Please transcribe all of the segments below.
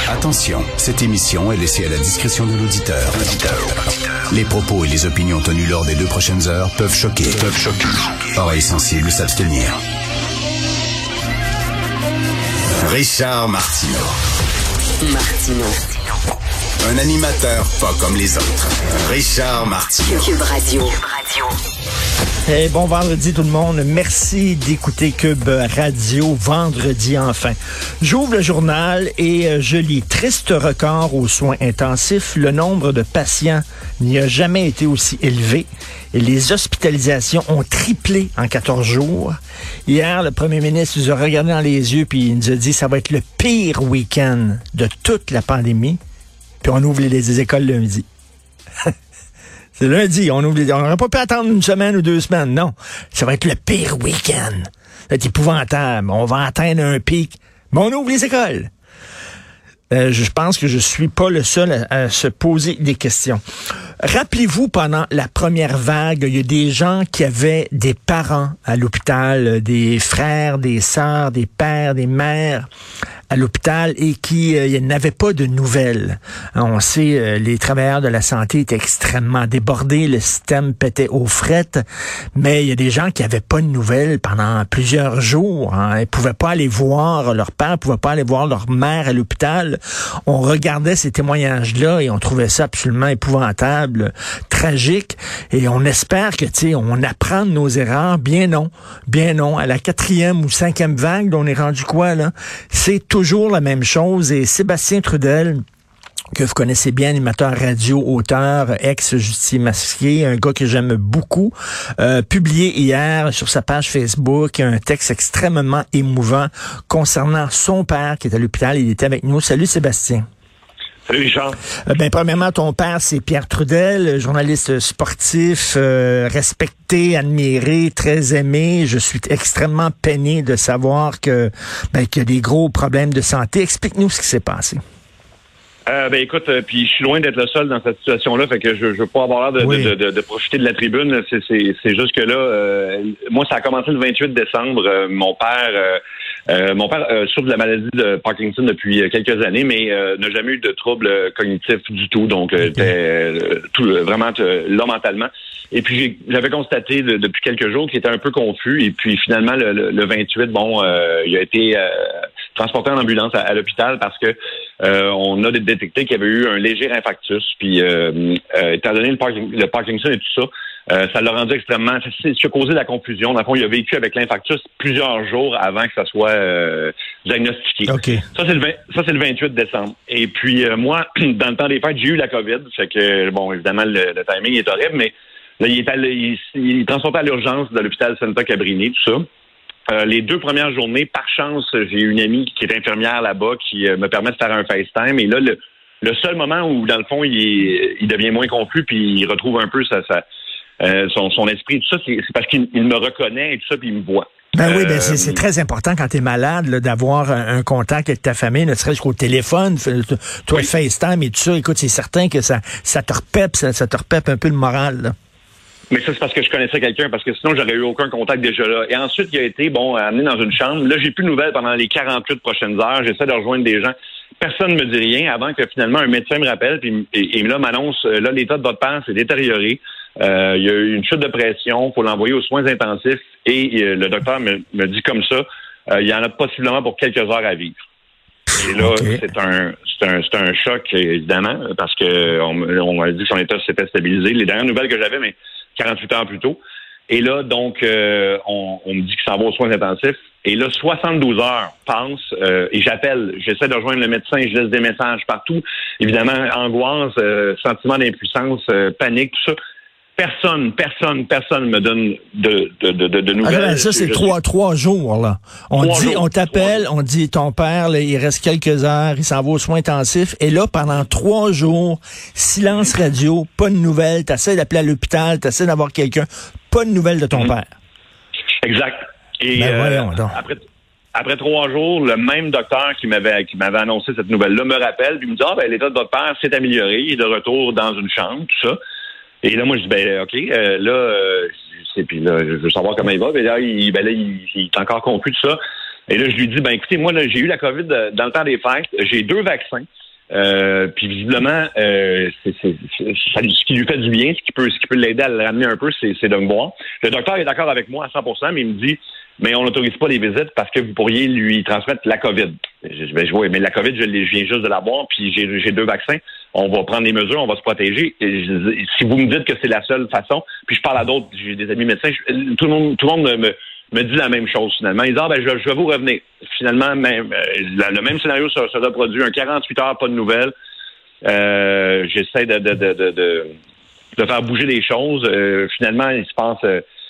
Attention, cette émission est laissée à la discrétion de l'auditeur. Les propos et les opinions tenues lors des 2 prochaines heures peuvent choquer. Oreilles sensibles s'abstenir. Richard Martineau. Un animateur pas comme les autres. Richard Martineau. Cube Radio. Hey, bon vendredi tout le monde. Merci d'écouter Cube Radio vendredi enfin. J'ouvre le journal et je lis triste record aux soins intensifs. Le nombre de patients n'y a jamais été aussi élevé. Et les hospitalisations ont triplé en 14 jours. Hier, le premier ministre nous a regardé dans les yeux puis il nous a dit ça va être le pire week-end de toute la pandémie. Puis on ouvre les écoles lundi. C'est lundi, on n'aurait pas pu attendre une semaine ou 2 semaines, non. Ça va être le pire week-end. Ça va être épouvantable. On va atteindre un pic. Mais on ouvre les écoles. Je pense que je suis pas le seul à se poser des questions. Rappelez-vous, pendant la première vague, il y a des gens qui avaient des parents à l'hôpital, des frères, des sœurs, des pères, des mères à l'hôpital et qui n'avaient pas de nouvelles. On sait, les travailleurs de la santé étaient extrêmement débordés, le système pétait aux frettes, mais il y a des gens qui n'avaient pas de nouvelles pendant plusieurs jours. Ils pouvaient pas aller voir leur père, pouvaient pas aller voir leur mère à l'hôpital. On regardait ces témoignages-là et on trouvait ça absolument épouvantable, tragique, et on espère que, tu sais, on apprend de nos erreurs. Bien non. À la 4e ou 5e vague, on est rendu quoi, là? C'est toujours la même chose. Et Sébastien Trudel, que vous connaissez bien, animateur radio, auteur, ex-justicier masqué, un gars que j'aime beaucoup, publié hier sur sa page Facebook un texte extrêmement émouvant concernant son père qui est à l'hôpital. Il était avec nous. Salut Sébastien. Salut Richard. Premièrement, ton père, c'est Pierre Trudel, journaliste sportif, respecté, admiré, très aimé. Je suis extrêmement peiné de savoir qu'il y a des gros problèmes de santé. Explique-nous ce qui s'est passé. Écoute, puis je suis loin d'être le seul dans cette situation-là, fait que je veux pas avoir l'air de profiter de la tribune. C'est juste que là, moi, ça a commencé le 28 décembre. Mon père souffre de la maladie de Parkinson depuis quelques années, mais n'a jamais eu de troubles cognitifs du tout. Donc, était vraiment là mentalement. Et puis, j'avais constaté depuis quelques jours qu'il était un peu confus. Et puis, finalement, le 28, il a été transporté en ambulance à l'hôpital parce que on a détecté qu'il y avait eu un léger infarctus. Puis, étant donné le Parkinson et tout ça, ça l'a rendu extrêmement... Ça a causé de la confusion. Dans le fond, il a vécu avec l'infarctus plusieurs jours avant que ça soit diagnostiqué. Okay. Ça, c'est le 28 décembre. Et puis, moi, dans le temps des fêtes, j'ai eu la COVID. Fait que, évidemment, le timing est horrible, mais là, il est transporté à l'urgence de l'hôpital Santa Cabrini, tout ça. Les 2 premières journées, par chance, j'ai une amie qui est infirmière là-bas qui me permet de faire un FaceTime. Et là, le seul moment où, dans le fond, il devient moins confus puis il retrouve un peu son esprit, tout ça, c'est parce qu'il me reconnaît et tout ça, puis il me voit. C'est très important quand t'es malade là, d'avoir un contact avec ta famille, ne serait-ce qu'au téléphone, toi, FaceTime et tout ça. Écoute, c'est certain que ça te repeppe un peu le moral, là. Mais ça, c'est parce que je connaissais quelqu'un, parce que sinon, j'aurais eu aucun contact déjà là. Et ensuite, il a été, amené dans une chambre. Là, j'ai plus de nouvelles pendant les 48 prochaines heures. J'essaie de rejoindre des gens. Personne ne me dit rien avant que finalement un médecin me rappelle et là m'annonce, là, l'état de votre père s'est détérioré. Il y a eu une chute de pression. Il faut l'envoyer aux soins intensifs. Et le docteur me dit comme ça, il y en a possiblement pour quelques heures à vivre. Et là, c'est un choc, évidemment, parce que on m'a dit que son état s'était stabilisé. Les dernières nouvelles que j'avais, mais 48 heures plus tôt. Et là, donc, on me dit qu'il s'en va aux soins intensifs. Et là, 72 heures passent et j'essaie de rejoindre le médecin, je laisse des messages partout. Évidemment, angoisse, sentiment d'impuissance, panique, tout ça. Personne me donne de nouvelles. Ça, c'est trois jours, là. On t'appelle, on dit, ton père, là, il reste quelques heures, il s'en va aux soins intensifs. Et là, pendant 3 jours, silence radio, pas de nouvelles, t'essaies d'appeler à l'hôpital, t'essaies d'avoir quelqu'un, pas de nouvelles de ton père. Exact. Et voyons donc. Après 3 jours, le même docteur qui m'avait annoncé cette nouvelle-là me rappelle, puis me dit, l'état de votre père s'est amélioré, il est de retour dans une chambre, tout ça. Et là, moi, je dis, OK, puis là, je veux savoir comment il va. Mais là, il est encore confus de ça. Et là, je lui dis, écoutez, moi, là, j'ai eu la COVID dans le temps des fêtes. J'ai 2 vaccins. Puis visiblement, ce qui lui fait du bien, ce qui peut l'aider à le ramener un peu, c'est de me voir. Le docteur est d'accord avec moi à 100%, mais il me dit, mais on n'autorise pas les visites parce que vous pourriez lui transmettre la COVID. Oui, mais la COVID, je viens juste de l'avoir, puis j'ai 2 vaccins. On va prendre les mesures, on va se protéger. Et si vous me dites que c'est la seule façon, puis je parle à d'autres, j'ai des amis médecins, tout le monde me dit la même chose finalement. Ils disent, je vais vous revenir. Finalement, le même scénario se reproduit. Un 48 heures, pas de nouvelles. J'essaie de faire bouger les choses. Finalement, il se passe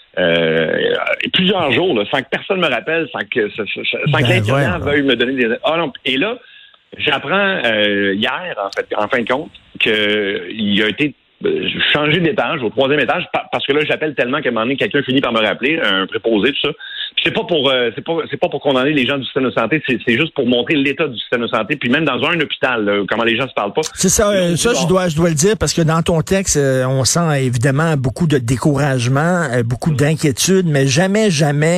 plusieurs jours, là, sans que personne me rappelle, sans que l'intervenant veuille me donner des... Ah non. Et là, j'apprends hier, en fin de compte, qu'il a été changer d'étage au 3e étage parce que là j'appelle tellement qu'à un moment donné quelqu'un finit par me rappeler, un préposé, tout ça. Puis c'est pas pour condamner les gens du système de santé, c'est juste pour montrer l'état du système de santé, puis même dans un hôpital, là, comment les gens se parlent pas. C'est ça, je dois le dire parce que dans ton texte, on sent évidemment beaucoup de découragement, beaucoup d'inquiétude, mais jamais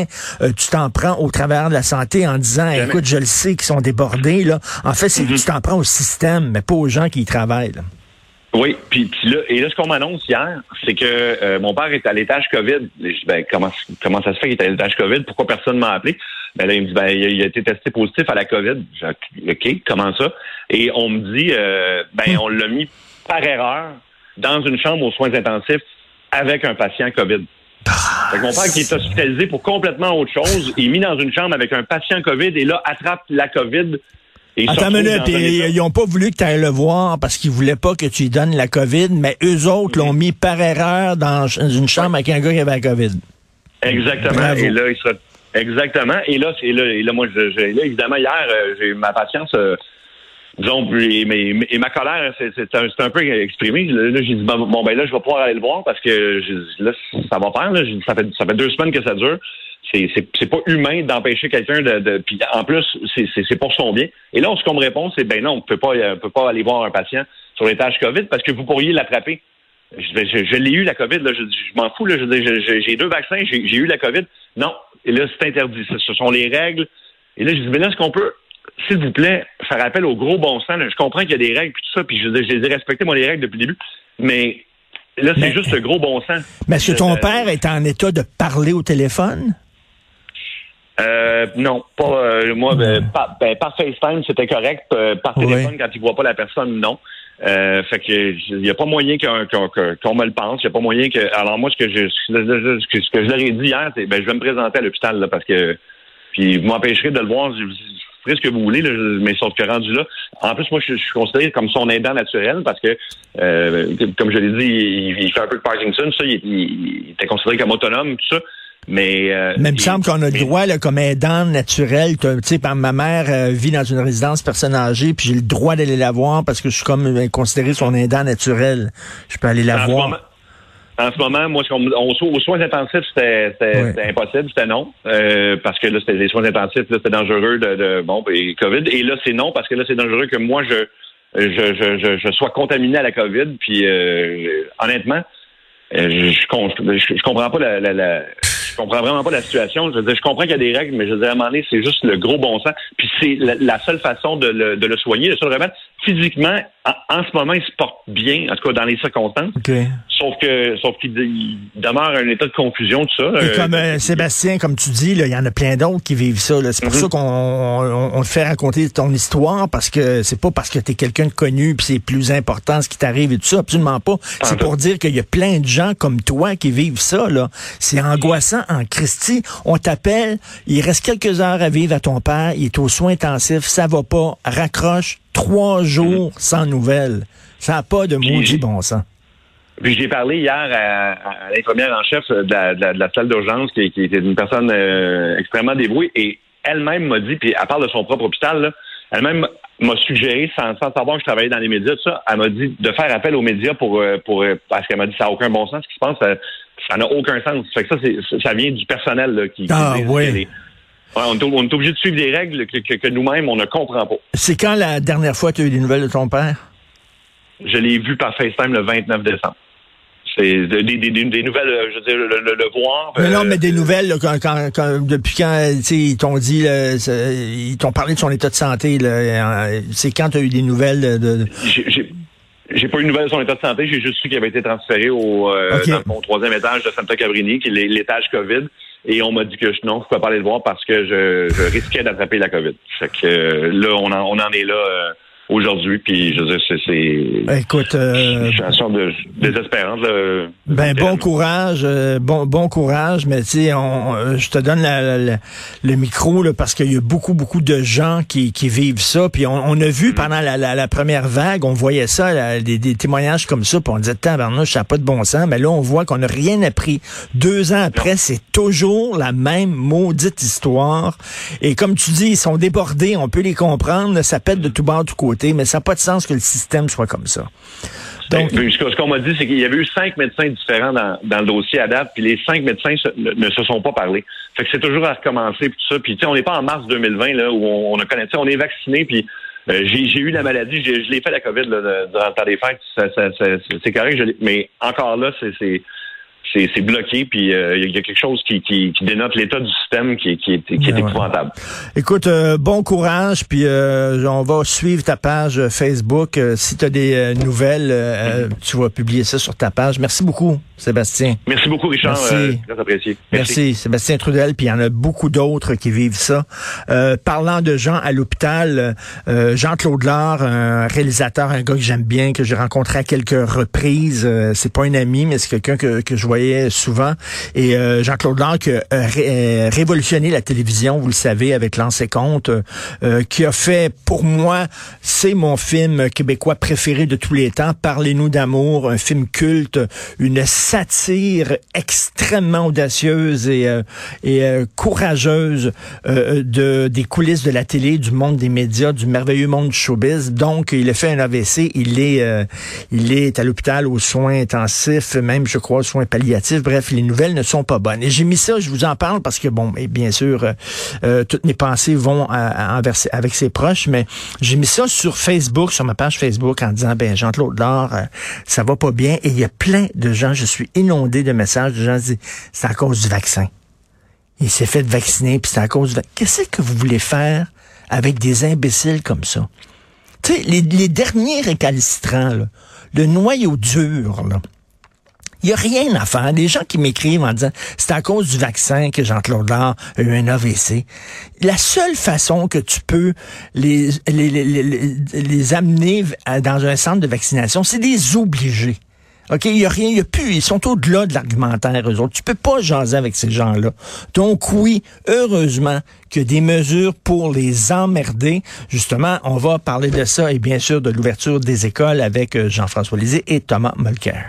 tu t'en prends au travers de la santé en disant écoute, je le sais qu'ils sont débordés là. En fait, tu t'en prends au système, mais pas aux gens qui y travaillent, là. Oui, puis là, ce qu'on m'annonce hier, c'est que mon père est à l'étage COVID. Je dis, comment ça se fait qu'il est à l'étage COVID? Pourquoi personne ne m'a appelé? Là, il me dit, il a été testé positif à la COVID. Je dis, OK, comment ça? Et on me dit, on l'a mis par erreur dans une chambre aux soins intensifs avec un patient COVID. Fait que mon père qui est hospitalisé pour complètement autre chose, est mis dans une chambre avec un patient COVID et là, attrape la COVID. Attends une minute, ils n'ont pas voulu que tu ailles le voir parce qu'ils voulaient pas que tu lui donnes la COVID, mais eux autres l'ont mis par erreur dans une chambre avec un gars qui avait la COVID. Exactement. Bravo. Et là, il sera... Exactement. Et là, moi, évidemment, hier, j'ai ma patience, disons, et ma colère, c'est un peu exprimé. Là, j'ai dit, là, je vais pouvoir aller le voir parce que là, ça va faire. Là, ça fait 2 semaines que ça dure. C'est pas humain d'empêcher quelqu'un puis en plus c'est pour son bien. Et là ce qu'on me répond c'est non, on peut pas aller voir un patient sur l'étage COVID parce que vous pourriez l'attraper. Je l'ai eu la COVID là, je m'en fous là, j'ai 2 vaccins, j'ai eu la COVID. Non, et là c'est interdit, ce sont les règles. Et là je dis mais là est-ce qu'on peut s'il vous plaît faire appel au gros bon sens là. Je comprends qu'il y a des règles puis tout ça puis je les ai respectées moi les règles depuis le début, mais là c'est juste le gros bon sens. Mais est-ce que ton père est en état de parler au téléphone? Non, pas moi. Par FaceTime, c'était correct. Par téléphone, quand il voit pas la personne, non. Fait que il y a pas moyen qu'on me le pense. Il y a pas moyen que. Alors moi, ce que je leur ai dit hier, c'est je vais me présenter à l'hôpital là parce que puis vous m'empêcherez de le voir. Vous ferez ce que vous voulez, là, mais sauf que rendu là. En plus, moi, je suis considéré comme son aidant naturel parce que, comme je l'ai dit, il fait un peu de Parkinson. Ça, il était considéré comme autonome, tout ça. Mais il me semble qu'on a le droit, là, comme aidant naturel. Tu sais, ma mère vit dans une résidence personne âgée, puis j'ai le droit d'aller la voir parce que je suis comme considéré son aidant naturel. Je peux aller la voir. En ce moment, moi, aux soins intensifs, c'était impossible, c'était non. Parce que là, c'était les soins intensifs, là, c'était dangereux et COVID. Et là, c'est non, parce que là, c'est dangereux que moi, je sois contaminé à la COVID. Puis honnêtement, je comprends pas je comprends vraiment pas la situation. Je veux dire, je comprends qu'il y a des règles, mais je veux dire, à un moment donné, c'est juste le gros bon sens. Puis c'est la seule façon de le soigner, le seul remède. Physiquement, en ce moment, il se porte bien, en tout cas dans les circonstances. Okay. Sauf qu'il demeure un état de confusion, tout ça. Et comme Sébastien, comme tu dis, il y en a plein d'autres qui vivent ça. C'est pour ça qu'on te fait raconter ton histoire, parce que c'est pas parce que tu es quelqu'un de connu puis c'est plus important ce qui t'arrive et tout ça, absolument pas. C'est pour dire qu'il y a plein de gens comme toi qui vivent ça, là. C'est angoissant en Christie. On t'appelle, il reste quelques heures à vivre à ton père, il est aux soins intensifs, ça va pas, raccroche, 3 jours sans nouvelles. Ça n'a pas de maudit bon sens. Puis j'ai parlé hier à l'infirmière en chef de la salle d'urgence, qui était une personne extrêmement dévouée, et elle-même m'a dit, puis elle parle de son propre hôpital, là, elle-même m'a suggéré, sans savoir que je travaillais dans les médias, tout ça, elle m'a dit de faire appel aux médias pour parce qu'elle m'a dit ça n'a aucun bon sens, ce qui se passe, ça n'a aucun sens. Fait que ça vient du personnel là, qui oui. On est obligé de suivre des règles que nous-mêmes, on ne comprend pas. C'est quand la dernière fois que tu as eu des nouvelles de ton père? Je l'ai vu par FaceTime le 29 décembre. des nouvelles, je veux dire, le voir. Mais non, mais des nouvelles, là, depuis quand, tu sais, ils t'ont dit, là, ils t'ont parlé de son état de santé, là, c'est quand tu as eu des nouvelles de... J'ai pas eu de nouvelles de son état de santé, j'ai juste su qu'il avait été transféré dans mon 3e étage de Santa Cabrini, qui est l'étage COVID, et on m'a dit que non, je pouvais pas aller le voir parce que je risquais d'attraper la COVID. Fait que là, on en est là aujourd'hui, puis je veux dire, c'est écoute, une situation désespérante. Là, bon courage, bon courage, mais tu sais, je te donne le micro là, parce qu'il y a beaucoup de gens qui vivent ça, puis on a vu pendant la première vague, on voyait ça, là, des témoignages comme ça, puis on disait tabarnouche, ça n'a pas de bon sens, mais là on voit qu'on n'a rien appris. 2 ans après, c'est toujours la même maudite histoire, et comme tu dis, ils sont débordés, on peut les comprendre, ça pète de tout bord, de tout côté, mais ça n'a pas de sens que le système soit comme ça. Donc, ce qu'on m'a dit, c'est qu'il y avait eu 5 médecins différents dans le dossier à date, puis les 5 médecins ne se sont pas parlé. Fait que c'est toujours à recommencer, puis tout ça. Puis tu sais, on n'est pas en mars 2020 là où on a connu, on est vacciné, puis j'ai eu la maladie, je l'ai fait la COVID là, durant le temps des fêtes, c'est correct, mais encore là, c'est bloqué, puis il y a quelque chose qui dénote l'état du système qui est épouvantable. Écoute, bon courage, puis on va suivre ta page Facebook. Si tu as des nouvelles, tu vas publier ça sur ta page. Merci beaucoup, Sébastien. Merci beaucoup, Richard. Très apprécié. Merci, Sébastien Trudel, puis il y en a beaucoup d'autres qui vivent ça. Parlant de gens à l'hôpital, Jean-Claude Lard, un réalisateur, un gars que j'aime bien, que j'ai rencontré à quelques reprises. C'est pas un ami, mais c'est quelqu'un que je voyais souvent. Et Jean-Claude Lard qui a révolutionné la télévision, vous le savez, avec Lance et Compte, qui a fait, pour moi, c'est mon film québécois préféré de tous les temps, Parlez-nous d'amour, un film culte, une satire extrêmement audacieuse et courageuse des coulisses de la télé, du monde des médias, du merveilleux monde du showbiz. Donc, il a fait un AVC, il est à l'hôpital aux soins intensifs, même, je crois, aux soins palliatifs. Bref, les nouvelles ne sont pas bonnes. Et j'ai mis ça, je vous en parle parce que, bon, et bien sûr, toutes mes pensées vont avec ses proches, mais j'ai mis ça sur Facebook, sur ma page Facebook, en disant, Jean-Claude Lard, ça va pas bien. Et il y a plein de gens, je suis inondé de messages, de gens qui disent, c'est à cause du vaccin. Il s'est fait vacciner, puis c'est à cause du vaccin. Qu'est-ce que vous voulez faire avec des imbéciles comme ça? Tu sais, les derniers récalcitrants, là, le noyau dur, là, il n'y a rien à faire. Les gens qui m'écrivent en disant c'est à cause du vaccin que Jean-Claude Lard a eu un AVC. La seule façon que tu peux les amener dans un centre de vaccination, c'est des obliger. OK, il y a rien, il y a plus, ils sont au-delà de l'argumentaire, eux autres. Tu peux pas jaser avec ces gens-là. Donc oui, heureusement qu'il y a des mesures pour les emmerder. Justement, on va parler de ça et bien sûr de l'ouverture des écoles avec Jean-François Lisée et Thomas Mulcair.